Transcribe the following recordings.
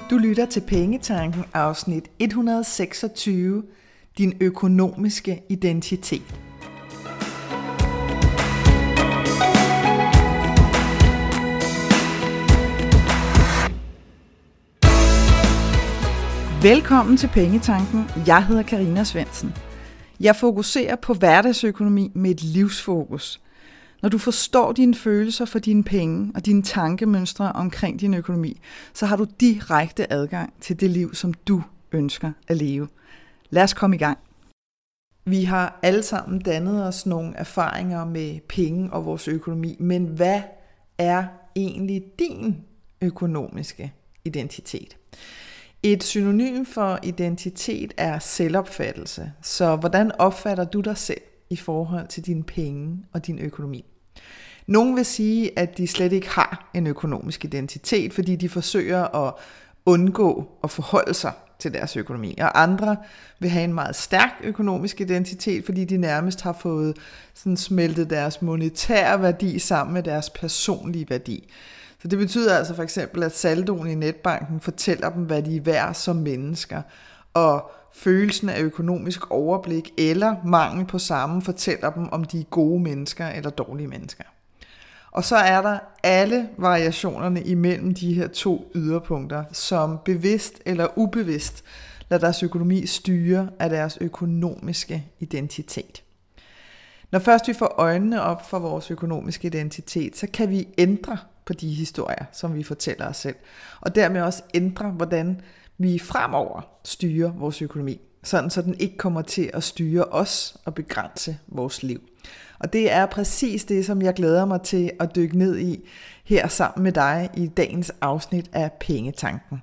Du lytter til Pengetanken, afsnit 126, din økonomiske identitet. Velkommen til Pengetanken. Jeg hedder Karina Svendsen. Jeg fokuserer på hverdagsøkonomi med et livsfokus. Når du forstår dine følelser for dine penge og dine tankemønstre omkring din økonomi, så har du direkte adgang til det liv, som du ønsker at leve. Lad os komme i gang. Vi har alle sammen dannet os nogle erfaringer med penge og vores økonomi, men hvad er egentlig din økonomiske identitet? Et synonym for identitet er selvopfattelse. Så hvordan opfatter du dig selv i forhold til dine penge og din økonomi? Nogle vil sige, at de slet ikke har en økonomisk identitet, fordi de forsøger at undgå at forholde sig til deres økonomi. Og andre vil have en meget stærk økonomisk identitet, fordi de nærmest har fået sådan smeltet deres monetære værdi sammen med deres personlige værdi. Så det betyder altså for eksempel, at saldoen i netbanken fortæller dem, hvad de er værd som mennesker, og følelsen af økonomisk overblik eller mangel på samme fortæller dem, om de er gode mennesker eller dårlige mennesker. Og så er der alle variationerne imellem de her to yderpunkter, som bevidst eller ubevidst lader deres økonomi styre af deres økonomiske identitet. Når først vi får øjnene op for vores økonomiske identitet, så kan vi ændre på de historier, som vi fortæller os selv, og dermed også ændre, hvordan vi fremover styrer vores økonomi, sådan så den ikke kommer til at styre os og begrænse vores liv. Og det er præcis det, som jeg glæder mig til at dykke ned i her sammen med dig i dagens afsnit af Pengetanken.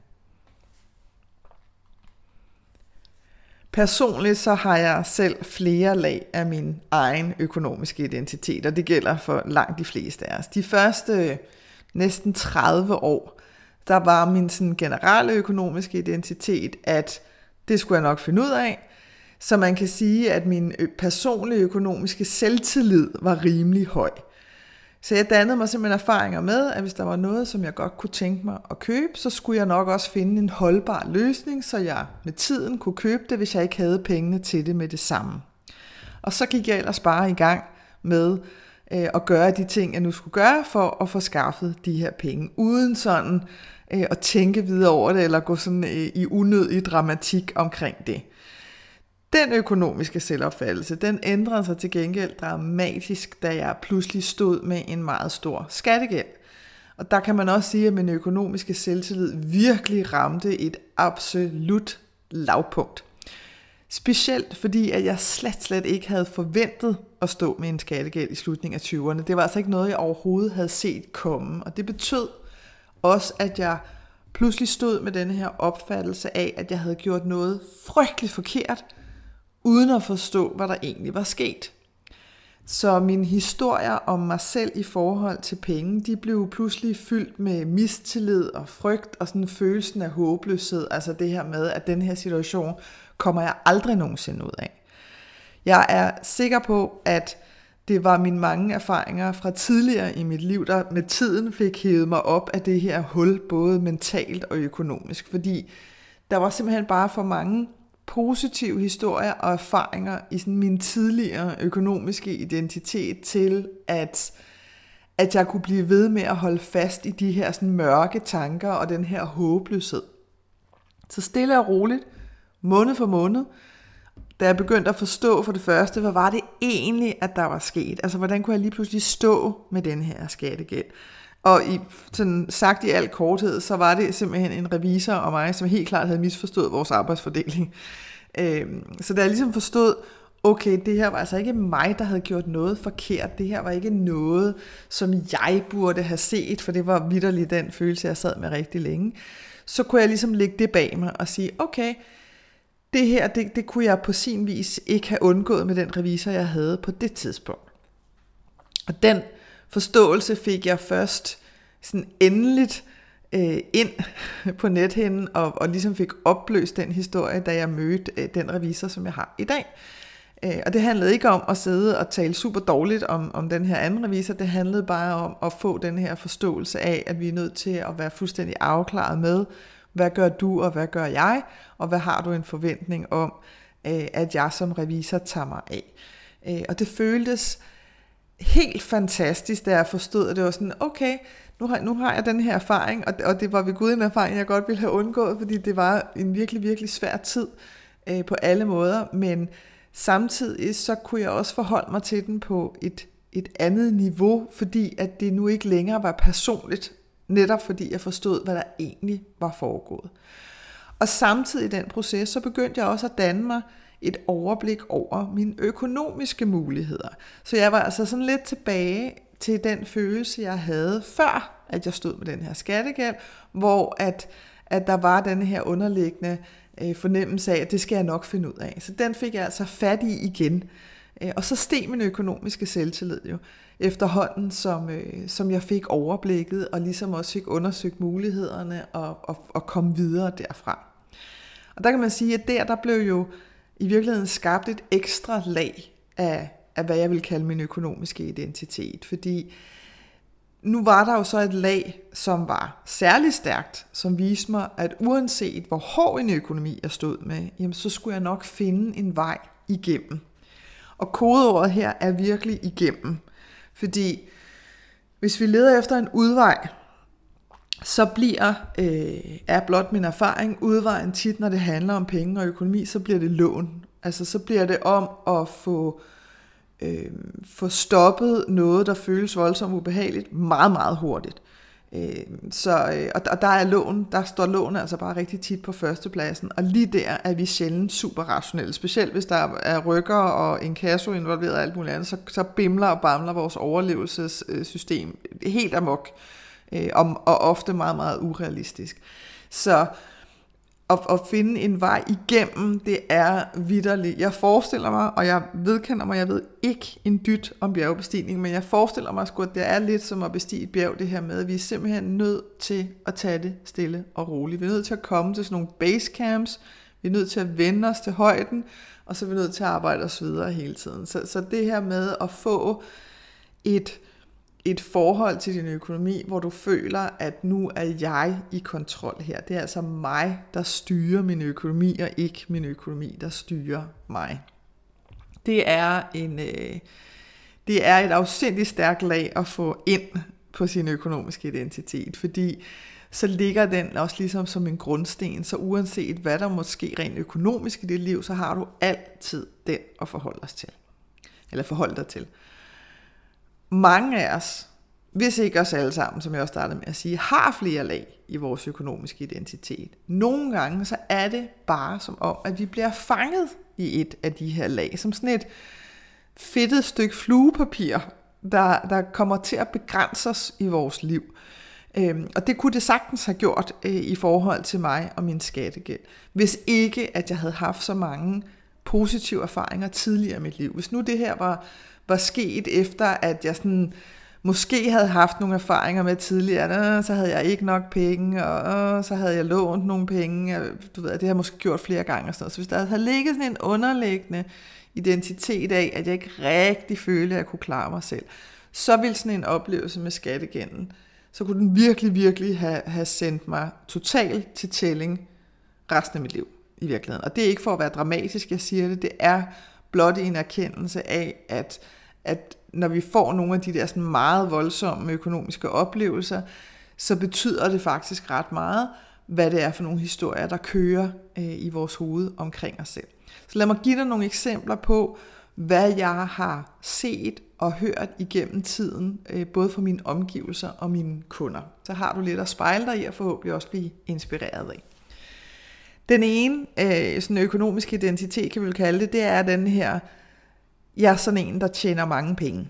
Personligt så har jeg selv flere lag af min egen økonomiske identitet, og det gælder for langt de fleste af os. De første næsten 30 år, der var min sådan generelle økonomiske identitet, at det skulle jeg nok finde ud af. Så man kan sige, at min personlige økonomiske selvtillid var rimelig høj. Så jeg dannede mig simpelthen erfaringer med, at hvis der var noget, som jeg godt kunne tænke mig at købe, så skulle jeg nok også finde en holdbar løsning, så jeg med tiden kunne købe det, hvis jeg ikke havde pengene til det med det samme. Og så gik jeg ellers bare i gang med at gøre de ting, jeg nu skulle gøre for at få skaffet de her penge, uden sådan at tænke videre over det, eller gå sådan i unødig dramatik omkring det. Den økonomiske selvopfattelse, den ændrede sig til gengæld dramatisk, da jeg pludselig stod med en meget stor skattegæld. Og der kan man også sige, at min økonomiske selvtillid virkelig ramte et absolut lavpunkt. Specielt fordi, at jeg slet ikke havde forventet at stå med en skattegæld i slutningen af 20'erne. Det var altså ikke noget, jeg overhovedet havde set komme. Og det betød også, at jeg pludselig stod med denne her opfattelse af, at jeg havde gjort noget frygteligt forkert, uden at forstå, hvad der egentlig var sket. Så mine historier om mig selv i forhold til penge, de blev pludselig fyldt med mistillid og frygt og sådan følelsen af håbløshed. Altså det her med, at den her situation kommer jeg aldrig nogensinde ud af. Jeg er sikker på, at det var mine mange erfaringer fra tidligere i mit liv, der med tiden fik hævet mig op af det her hul, både mentalt og økonomisk. Fordi der var simpelthen bare for mange positive historier og erfaringer i sådan min tidligere økonomiske identitet til, at jeg kunne blive ved med at holde fast i de her sådan mørke tanker og den her håbløshed. Så stille og roligt, måned for måned, da jeg begyndte at forstå for det første, hvad var det egentlig, at der var sket? Altså, hvordan kunne jeg lige pludselig stå med den her skattegæld? Og sådan sagt i al korthed, så var det simpelthen en revisor og mig, som helt klart havde misforstået vores arbejdsfordeling. Så da jeg ligesom forstod, okay, det her var altså ikke mig, der havde gjort noget forkert. Det her var ikke noget, som jeg burde have set, for det var vitterligt den følelse, jeg sad med rigtig længe. Så kunne jeg ligesom lægge det bag mig og sige, okay, det her, det kunne jeg på sin vis ikke have undgået med den revisor, jeg havde på det tidspunkt. Og den forståelse fik jeg først sådan endeligt ind på nethinden og ligesom fik opløst den historie, da jeg mødte den revisor, som jeg har i dag. Og det handlede ikke om at sidde og tale super dårligt om den her anden revisor, det handlede bare om at få den her forståelse af, at vi er nødt til at være fuldstændig afklaret med, Hvad gør du, og hvad gør jeg? Og hvad har du en forventning om, at jeg som revisor tager mig af? Og det føltes helt fantastisk, da jeg forstod, at det var sådan, okay, nu har jeg den her erfaring, og det var ved Gud en erfaring, jeg godt ville have undgået, fordi det var en virkelig, virkelig svær tid på alle måder, men samtidig så kunne jeg også forholde mig til den på et andet niveau, fordi at det nu ikke længere var personligt, netop fordi jeg forstod, hvad der egentlig var foregået. Og samtidig i den proces, så begyndte jeg også at danne mig et overblik over mine økonomiske muligheder. Så jeg var altså sådan lidt tilbage til den følelse, jeg havde før, at jeg stod med den her skattegæld, hvor at der var den her underliggende fornemmelse af, at det skal jeg nok finde ud af. Så den fik jeg altså fat i igen. Og så steg min økonomiske selvtillid jo efterhånden, som jeg fik overblikket, og ligesom også fik undersøgt mulighederne og kom videre derfra. Og der kan man sige, at der blev jo i virkeligheden skabt et ekstra lag af hvad jeg vil kalde min økonomiske identitet. Fordi nu var der jo så et lag, som var særlig stærkt, som viste mig, at uanset hvor hård en økonomi jeg stod med, jamen så skulle jeg nok finde en vej igennem. Og kodeordet her er virkelig igennem. Fordi hvis vi leder efter en udvej, så er blot min erfaring, udvejen tit, når det handler om penge og økonomi, så bliver det lån. Altså så bliver det om at få stoppet noget, der føles voldsomt ubehageligt, meget, meget hurtigt. Og der står lån altså bare rigtig tit på førstepladsen, og lige der er vi sjældent super rationelle, specielt hvis der er rykker og inkasso involveret og alt muligt andet, så bimler og bamler vores overlevelsessystem helt amok, og ofte meget, meget urealistisk. Så at finde en vej igennem, det er vitterligt. Jeg forestiller mig, og jeg vedkender mig, jeg ved ikke en dyt om bjergbestigning, men jeg forestiller mig sgu, at det er lidt som at bestige et bjerg, det her med, at vi er simpelthen nødt til at tage det stille og roligt. Vi er nødt til at komme til sådan nogle basecamps, vi er nødt til at vende os til højden, og så er vi nødt til at arbejde os videre hele tiden. Så det her med at få et forhold til din økonomi, hvor du føler, at nu er jeg i kontrol her. Det er altså mig, der styrer min økonomi, og ikke min økonomi, der styrer mig. Det er et afsindigt stærkt lag at få ind på sin økonomiske identitet, fordi så ligger den også ligesom som en grundsten, så uanset hvad der måtte ske rent økonomisk i dit liv, så har du altid den at forholde dig til. Mange af os, hvis ikke os alle sammen, som jeg også startede med at sige, har flere lag i vores økonomiske identitet. Nogle gange så er det bare som om, at vi bliver fanget i et af de her lag, som sådan et fedtet stykke fluepapir, der kommer til at begrænse os i vores liv. Og det kunne det sagtens have gjort i forhold til mig og min skattegæld, hvis ikke at jeg havde haft så mange positive erfaringer tidligere i mit liv. Hvis nu det her var sket efter, at jeg sådan måske havde haft nogle erfaringer med tidligere, så havde jeg ikke nok penge, og så havde jeg lånt nogle penge, du ved, det har jeg måske gjort flere gange og sådan noget. Så hvis der havde ligget sådan en underliggende identitet af, at jeg ikke rigtig følte, at jeg kunne klare mig selv, så ville sådan en oplevelse med skattegælden, så kunne den virkelig, virkelig have sendt mig totalt til tælling resten af mit liv i virkeligheden. Og det er ikke for at være dramatisk, jeg siger det er blot en erkendelse af, at når vi får nogle af de der sådan meget voldsomme økonomiske oplevelser, så betyder det faktisk ret meget, hvad det er for nogle historier, der kører i vores hoved omkring os selv. Så lad mig give dig nogle eksempler på, hvad jeg har set og hørt igennem tiden, både fra mine omgivelser og mine kunder. Så har du lidt at spejle dig i, og forhåbentlig også blive inspireret af. Den ene sådan økonomiske identitet, kan vi kalde det er den her, jeg er sådan en, der tjener mange penge.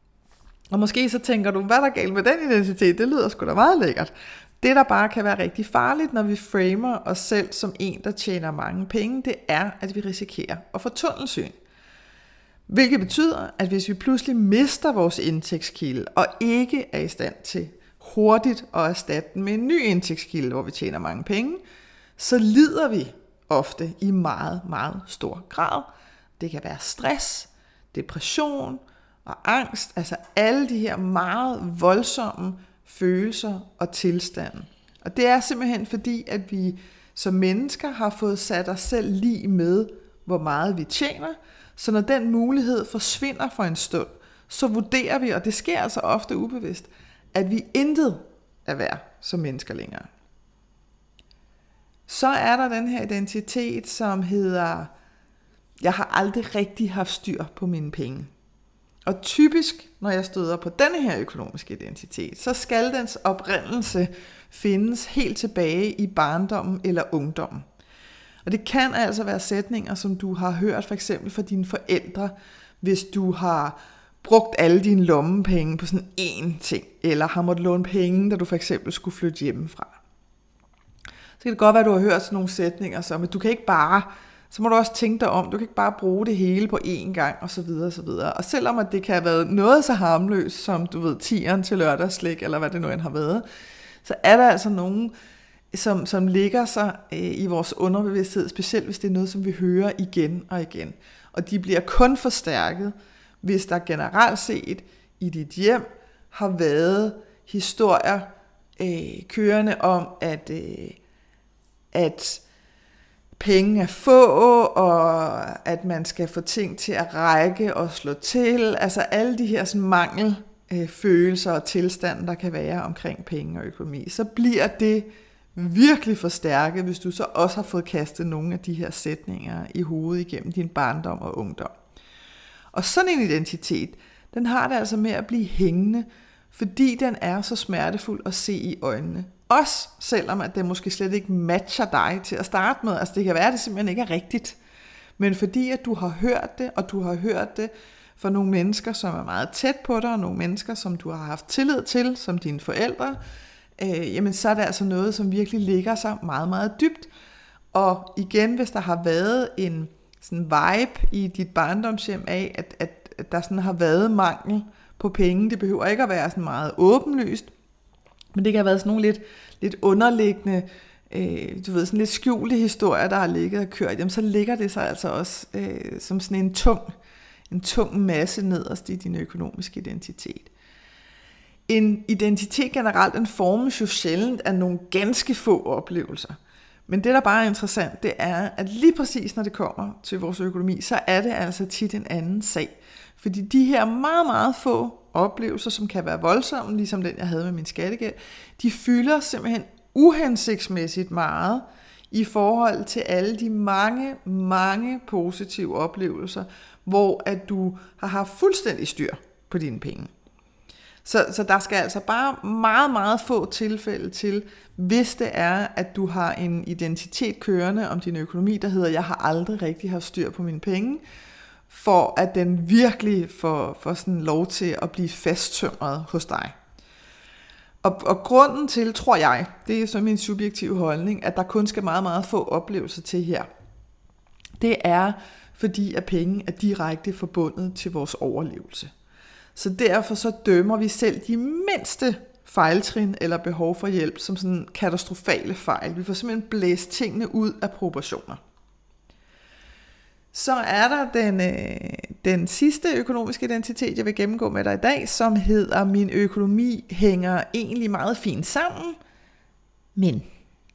Og måske så tænker du, hvad er der galt med den identitet? Det lyder sgu da meget lækkert. Det, der bare kan være rigtig farligt, når vi framer os selv som en, der tjener mange penge, det er, at vi risikerer at få tunnelsyn. Hvilket betyder, at hvis vi pludselig mister vores indtægtskilde, og ikke er i stand til hurtigt at erstatte den med en ny indtægtskilde, hvor vi tjener mange penge, så lider vi ofte i meget, meget stor grad. Det kan være stress, depression og angst, altså alle de her meget voldsomme følelser og tilstande. Og det er simpelthen fordi, at vi som mennesker har fået sat os selv lige med, hvor meget vi tjener. Så når den mulighed forsvinder for en stund, så vurderer vi, og det sker altså ofte ubevidst, at vi intet er værd som mennesker længere. Så er der den her identitet, som hedder, jeg har aldrig rigtig haft styr på mine penge. Og typisk, når jeg støder på denne her økonomiske identitet, så skal dens oprindelse findes helt tilbage i barndommen eller ungdommen. Og det kan altså være sætninger, som du har hørt for eksempel fra dine forældre, hvis du har brugt alle dine lommepenge på sådan én ting, eller har måttet låne penge, da du for eksempel skulle flytte hjemmefra. Så kan det godt være, at du har hørt sådan nogle sætninger som, at du kan ikke bare, så må du også tænke dig om, du kan ikke bare bruge det hele på én gang, og så videre, og så videre. Og selvom at det kan have været noget så harmløst, som du ved, 10'eren til lørdagsslik, eller hvad det nu end har været, så er der altså nogen, som ligger sig i vores underbevidsthed, specielt hvis det er noget, som vi hører igen og igen. Og de bliver kun forstærket, hvis der generelt set i dit hjem har været historier kørende om, at penge er få, og at man skal få ting til at række og slå til. Altså alle de her sådan mangelfølelser og tilstande, der kan være omkring penge og økonomi. Så bliver det virkelig forstærket, hvis du så også har fået kastet nogle af de her sætninger i hovedet igennem din barndom og ungdom. Og sådan en identitet, den har det altså med at blive hængende, fordi den er så smertefuld at se i øjnene. Også selvom at det måske slet ikke matcher dig til at starte med. Altså det kan være, at det simpelthen ikke er rigtigt. Men fordi at du har hørt det, og du har hørt det fra nogle mennesker, som er meget tæt på dig, og nogle mennesker, som du har haft tillid til, som dine forældre, jamen så er det altså noget, som virkelig ligger sig meget, meget dybt. Og igen, hvis der har været en sådan vibe i dit barndomshjem af, at der sådan har været mangel på penge, det behøver ikke at være sådan meget åbenlyst, men det kan have været sådan nogle lidt underliggende, du ved, sådan lidt skjulte historier, der har ligget og kørt, jamen så ligger det sig altså også som sådan en tung masse nederst i din økonomiske identitet. En identitet generelt, den formes jo sjældent af nogle ganske få oplevelser. Men det, der bare er interessant, det er, at lige præcis når det kommer til vores økonomi, så er det altså tit en anden sag. Fordi de her meget, meget få oplevelser, som kan være voldsomme, ligesom den, jeg havde med min skattegæld, de fylder simpelthen uhensigtsmæssigt meget i forhold til alle de mange, mange positive oplevelser, hvor at du har haft fuldstændig styr på dine penge. Så der skal altså bare meget, meget få tilfælde til, hvis det er, at du har en identitet kørende om din økonomi, der hedder, jeg har aldrig rigtig haft styr på mine penge, for at den virkelig får sådan lov til at blive fasttømret hos dig. Og grunden til, tror jeg, det er så min subjektive holdning, at der kun skal meget, meget få oplevelser til her, det er, fordi at penge er direkte forbundet til vores overlevelse. Så derfor så dømmer vi selv de mindste fejltrin eller behov for hjælp som sådan katastrofale fejl. Vi får simpelthen blæst tingene ud af proportioner. Så er der den sidste økonomiske identitet, jeg vil gennemgå med dig i dag, som hedder, min økonomi hænger egentlig meget fint sammen, men.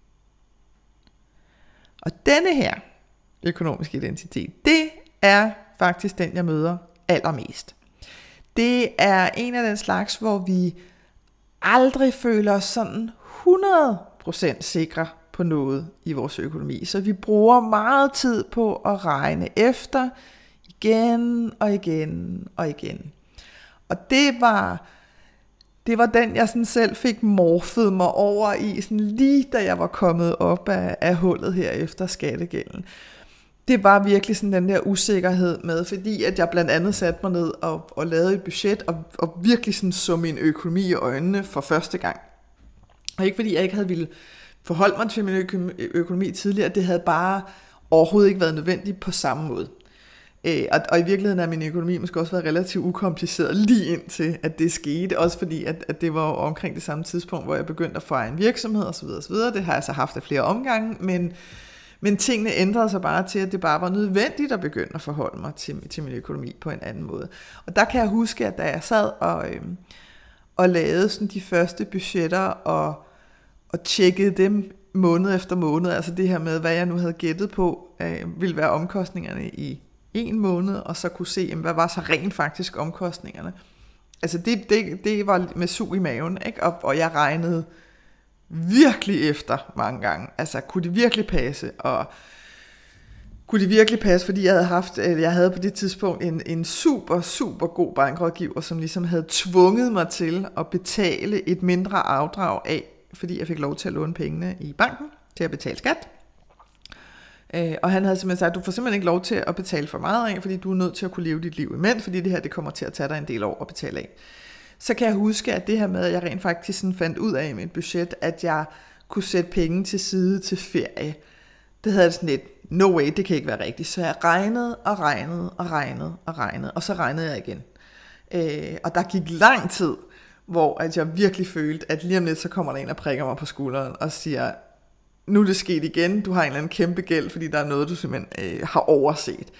Og denne her økonomiske identitet, det er faktisk den, jeg møder allermest. Det er en af den slags, hvor vi aldrig føler os sådan 100% sikre på noget i vores økonomi. Så vi bruger meget tid på at regne efter igen og igen og igen. Og det var den, jeg sådan selv fik morfet mig over i, sådan lige da jeg var kommet op af hullet her efter skattegælden. Det var virkelig sådan den der usikkerhed med, fordi at jeg blandt andet satte mig ned og lavede et budget, og virkelig sådan så min økonomi i øjnene for første gang. Og ikke fordi jeg ikke havde ville forholde mig til min økonomi tidligere, det havde bare overhovedet ikke været nødvendigt på samme måde. Og i virkeligheden er min økonomi måske også været relativt ukompliceret lige indtil, at det skete. Også fordi, at det var omkring det samme tidspunkt, hvor jeg begyndte at få en virksomhed osv. osv. Det har jeg så haft af flere omgange, men tingene ændrede sig bare til, at det bare var nødvendigt at begynde at forholde mig til min økonomi på en anden måde. Og der kan jeg huske, at da jeg sad og lavede sådan de første budgetter og tjekkede dem måned efter måned, altså det her med, hvad jeg nu havde gættet på, ville være omkostningerne i en måned, og så kunne se, hvad var så rent faktisk omkostningerne. Altså det var med sug i maven, ikke? Og jeg regnede virkelig efter mange gange. Altså kunne det virkelig passe? Og kunne det virkelig passe, fordi jeg havde på det tidspunkt en super, super god bankrådgiver, som ligesom havde tvunget mig til at betale et mindre afdrag af, fordi jeg fik lov til at låne pengene i banken til at betale skat. Og han havde simpelthen sagt, du får simpelthen ikke lov til at betale for meget af, fordi du er nødt til at kunne leve dit liv imens, fordi det her det kommer til at tage dig en del år at betale af. Så kan jeg huske, at det her med, at jeg rent faktisk sådan fandt ud af i mit budget, at jeg kunne sætte penge til side til ferie. Det havde jeg sådan lidt, no way, det kan ikke være rigtigt. Så jeg regnede, og så regnede jeg igen. Og der gik lang tid, hvor at jeg virkelig følte, at lige om lidt, så kommer der en og prikker mig på skulderen og siger, nu er det sket igen, du har en eller anden kæmpe gæld, fordi der er noget, du simpelthen har overset.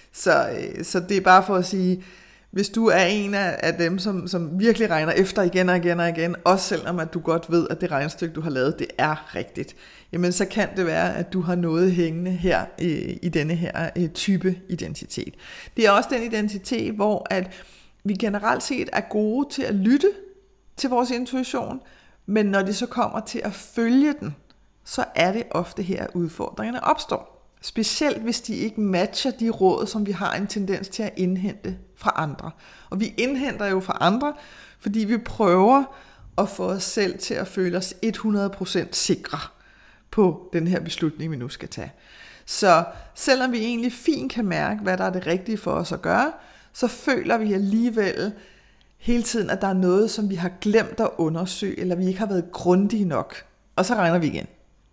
Så det er bare for at sige, hvis du er en af dem, som virkelig regner efter igen og igen, også selvom at du godt ved, at det regnestykke, du har lavet, det er rigtigt, jamen så kan det være, at du har noget hængende her i denne her type identitet. Det er også den identitet, hvor at vi generelt set er gode til at lytte til vores intuition, men når det så kommer til at følge den, så er det ofte her, udfordringerne opstår. Specielt hvis de ikke matcher de råd, som vi har en tendens til at indhente fra andre. Og vi indhenter jo fra andre, fordi vi prøver at få os selv til at føle os 100% sikre på den her beslutning, vi nu skal tage. Så selvom vi egentlig fint kan mærke, hvad der er det rigtige for os at gøre, så føler vi alligevel hele tiden, at der er noget, som vi har glemt at undersøge, eller vi ikke har været grundige nok. Og så regner vi igen.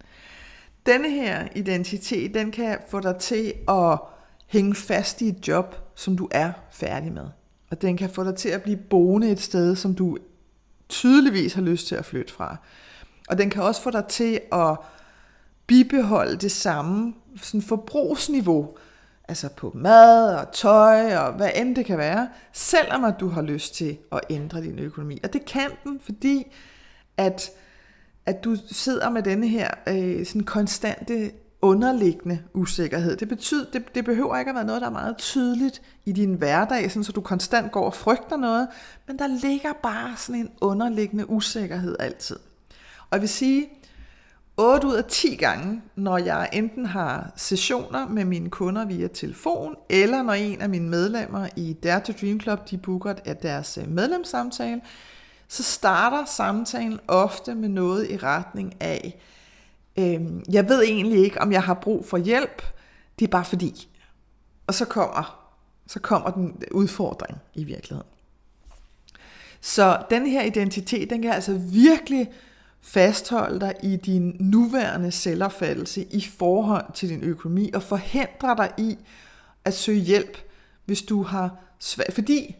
Denne her identitet, den kan få dig til at hænge fast i et job, som du er færdig med. Og den kan få dig til at blive boende et sted, som du tydeligvis har lyst til at flytte fra. Og den kan også få dig til at bibeholde det samme sådan forbrugsniveau, altså på mad og tøj og hvad end det kan være, selvom at du har lyst til at ændre din økonomi. Og det kan den, fordi at du sidder med denne her sådan konstante underliggende usikkerhed. Det behøver ikke at være noget, der er meget tydeligt i din hverdag, sådan, så du konstant går og frygter noget, men der ligger bare sådan en underliggende usikkerhed altid. Og jeg vil sige, 8 ud af 10 gange, når jeg enten har sessioner med mine kunder via telefon, eller når en af mine medlemmer i Dare to Dream Club, de booker deres medlemssamtale, så starter samtalen ofte med noget i retning af, jeg ved egentlig ikke, om jeg har brug for hjælp, det er bare fordi. Og så kommer den udfordring i virkeligheden. Så den her identitet, den kan altså virkelig fastholde dig i din nuværende selvopfattelse i forhold til din økonomi, og forhindre dig i at søge hjælp, hvis du har svært, fordi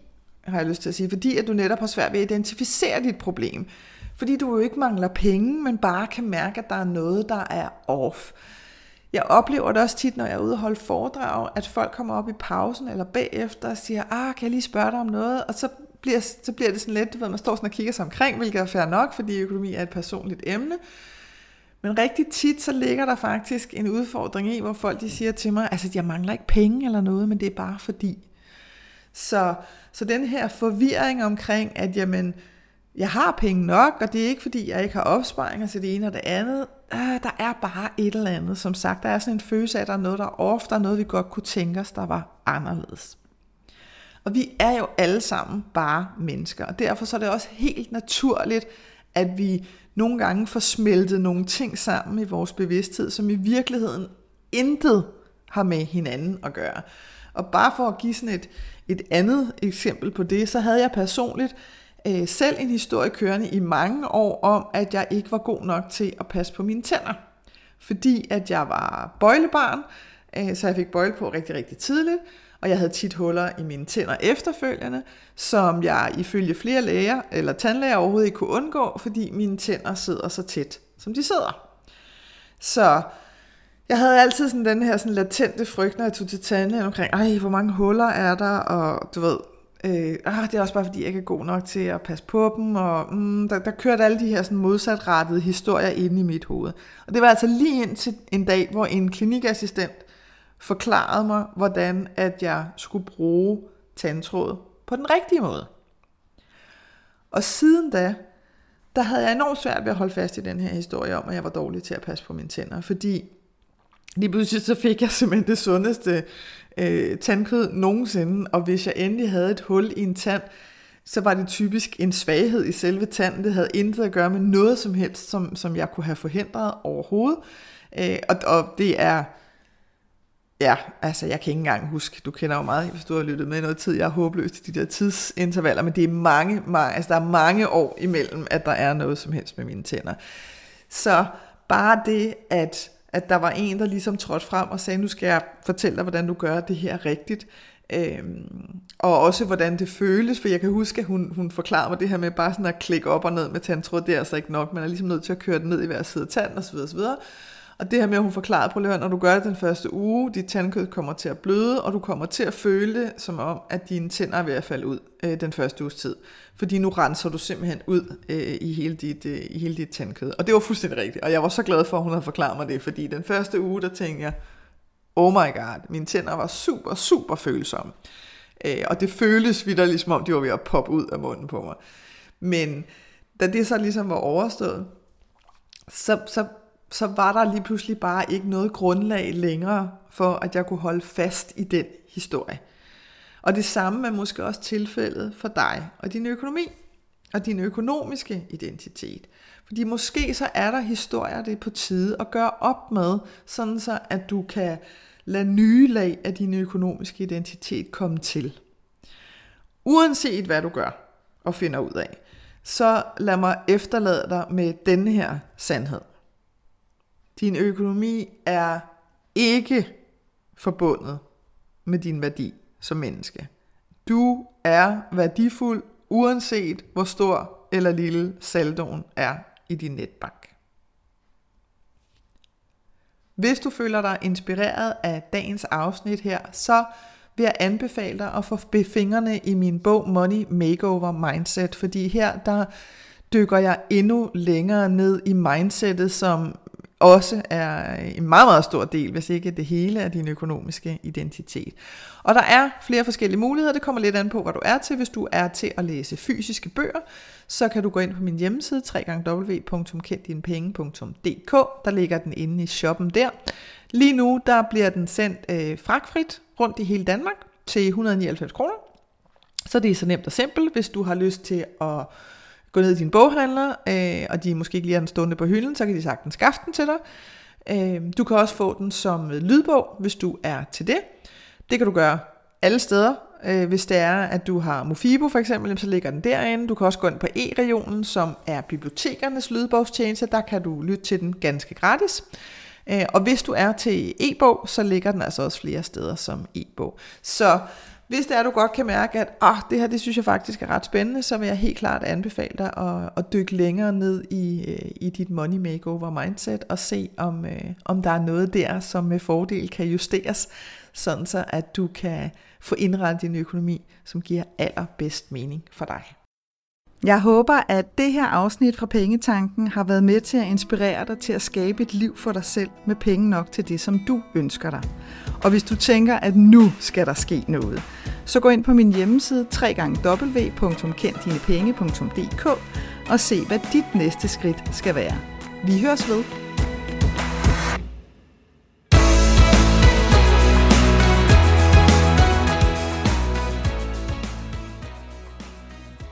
at du netop har svært ved at identificere dit problem. Fordi du jo ikke mangler penge, men bare kan mærke, at der er noget, der er off. Jeg oplever det også tit, når jeg er ude og holde foredrag, at folk kommer op i pausen eller bagefter og siger, kan jeg lige spørge dig om noget? Og så bliver det sådan lidt, man står sådan og kigger sig omkring, hvilket er fair nok, fordi økonomi er et personligt emne. Men rigtig tit, så ligger der faktisk en udfordring i, hvor folk de siger til mig, altså jeg mangler ikke penge eller noget, men det er bare fordi. Så den her forvirring omkring, at jamen, jeg har penge nok, og det er ikke fordi, jeg ikke har opsparinger til det ene og det andet. Der er bare et eller andet. Som sagt, der er sådan en følelse af, at der er noget, der er off, der er noget, vi godt kunne tænke os, der var anderledes. Og vi er jo alle sammen bare mennesker, og derfor så er det også helt naturligt, at vi nogle gange får smeltet nogle ting sammen i vores bevidsthed, som i virkeligheden intet har med hinanden at gøre. Og bare for at give sådan et andet eksempel på det, så havde jeg personligt selv en historie kørende i mange år om, at jeg ikke var god nok til at passe på mine tænder. Fordi at jeg var bøjlebarn, så jeg fik bøjle på rigtig, rigtig tidligt, og jeg havde tit huller i mine tænder efterfølgende, som jeg ifølge flere læger eller tandlæger overhovedet ikke kunne undgå, fordi mine tænder sidder så tæt, som de sidder. Så jeg havde altid sådan den her sådan latente frygt, når jeg tog til tandlægen omkring, hvor mange huller er der, og du ved, det er også bare fordi, jeg ikke er god nok til at passe på dem, og der kørte alle de her sådan modsatrettede historier inde i mit hoved. Og det var altså lige indtil en dag, hvor en klinikassistent forklarede mig, hvordan at jeg skulle bruge tandtråd på den rigtige måde. Og siden da, der havde jeg enormt svært ved at holde fast i den her historie om, at jeg var dårlig til at passe på mine tænder, fordi lige pludselig så fik jeg simpelthen det sundeste tandkød nogensinde, og hvis jeg endelig havde et hul i en tand, så var det typisk en svaghed i selve tanden. Det havde intet at gøre med noget som helst, som jeg kunne have forhindret overhovedet. Og det er, ja, altså jeg kan ikke engang huske, du kender jo meget, hvis du har lyttet med noget tid, jeg er håbløs til de der tidsintervaller, men det er altså der er mange år imellem, at der er noget som helst med mine tænder. Så bare det, at der var en, der ligesom trådte frem og sagde, nu skal jeg fortælle dig, hvordan du gør det her rigtigt. Og også hvordan det føles, for jeg kan huske, at hun forklarede mig det her med bare sådan at klikke op og ned med tandtråd, det er altså ikke nok, man er ligesom nødt til at køre den ned i hver side af tanden osv. osv. Og det her med, at hun forklarede, prøv lige at høre, når du gør det den første uge, dit tandkød kommer til at bløde, og du kommer til at føle det, som om, at dine tænder er ved at falde ud den første uges tid. Fordi nu renser du simpelthen ud i hele dit tandkød. Og det var fuldstændig rigtigt, og jeg var så glad for, at hun havde forklaret mig det, fordi den første uge, der tænkte jeg, oh my god, mine tænder var super, super følsomme. Og det føles vitterligt, som om de var ved at poppe ud af munden på mig. Men da det så ligesom var overstået, så var der lige pludselig bare ikke noget grundlag længere for, at jeg kunne holde fast i den historie. Og det samme er måske også tilfældet for dig og din økonomi og din økonomiske identitet. Fordi måske så er der historier, det er på tide at gøre op med, sådan så at du kan lade nye lag af din økonomiske identitet komme til. Uanset hvad du gør og finder ud af, så lad mig efterlade dig med denne her sandhed. Din økonomi er ikke forbundet med din værdi som menneske. Du er værdifuld, uanset hvor stor eller lille saldoen er i din netbank. Hvis du føler dig inspireret af dagens afsnit her, så vil jeg anbefale dig at få fingrene i min bog Money Makeover Mindset, fordi her der dykker jeg endnu længere ned i mindsetet, som også er en meget, meget stor del, hvis ikke det hele af din økonomiske identitet. Og der er flere forskellige muligheder, det kommer lidt an på, hvad du er til. Hvis du er til at læse fysiske bøger, så kan du gå ind på min hjemmeside, www.kenddinepenge.dk, der ligger den inde i shoppen der. Lige nu, der bliver den sendt fragtfrit rundt i hele Danmark til 199 kroner. Så det er så nemt og simpelt, hvis du har lyst til at gå ned i din boghandler, og de måske ikke lige har den stående på hylden, så kan de sagtens skaffe den til dig. Du kan også få den som lydbog, hvis du er til det. Det kan du gøre alle steder. Hvis det er, at du har Mofibo for eksempel, så ligger den derinde. Du kan også gå ind på e-regionen, som er bibliotekernes lydbogstjeneste. Der kan du lytte til den ganske gratis. Og hvis du er til e-bog, så ligger den altså også flere steder som e-bog. Så hvis det er, du godt kan mærke, at det her, det synes jeg faktisk er ret spændende, så vil jeg helt klart anbefale dig at dykke længere ned i dit Money Makeover Mindset og se, om der er noget der, som med fordel kan justeres, sådan så at du kan få indrettet din økonomi, som giver allerbedst mening for dig. Jeg håber, at det her afsnit fra Pengetanken har været med til at inspirere dig til at skabe et liv for dig selv med penge nok til det, som du ønsker dig. Og hvis du tænker, at nu skal der ske noget, så gå ind på min hjemmeside www.kenddinepenge.dk og se, hvad dit næste skridt skal være. Vi høres ved.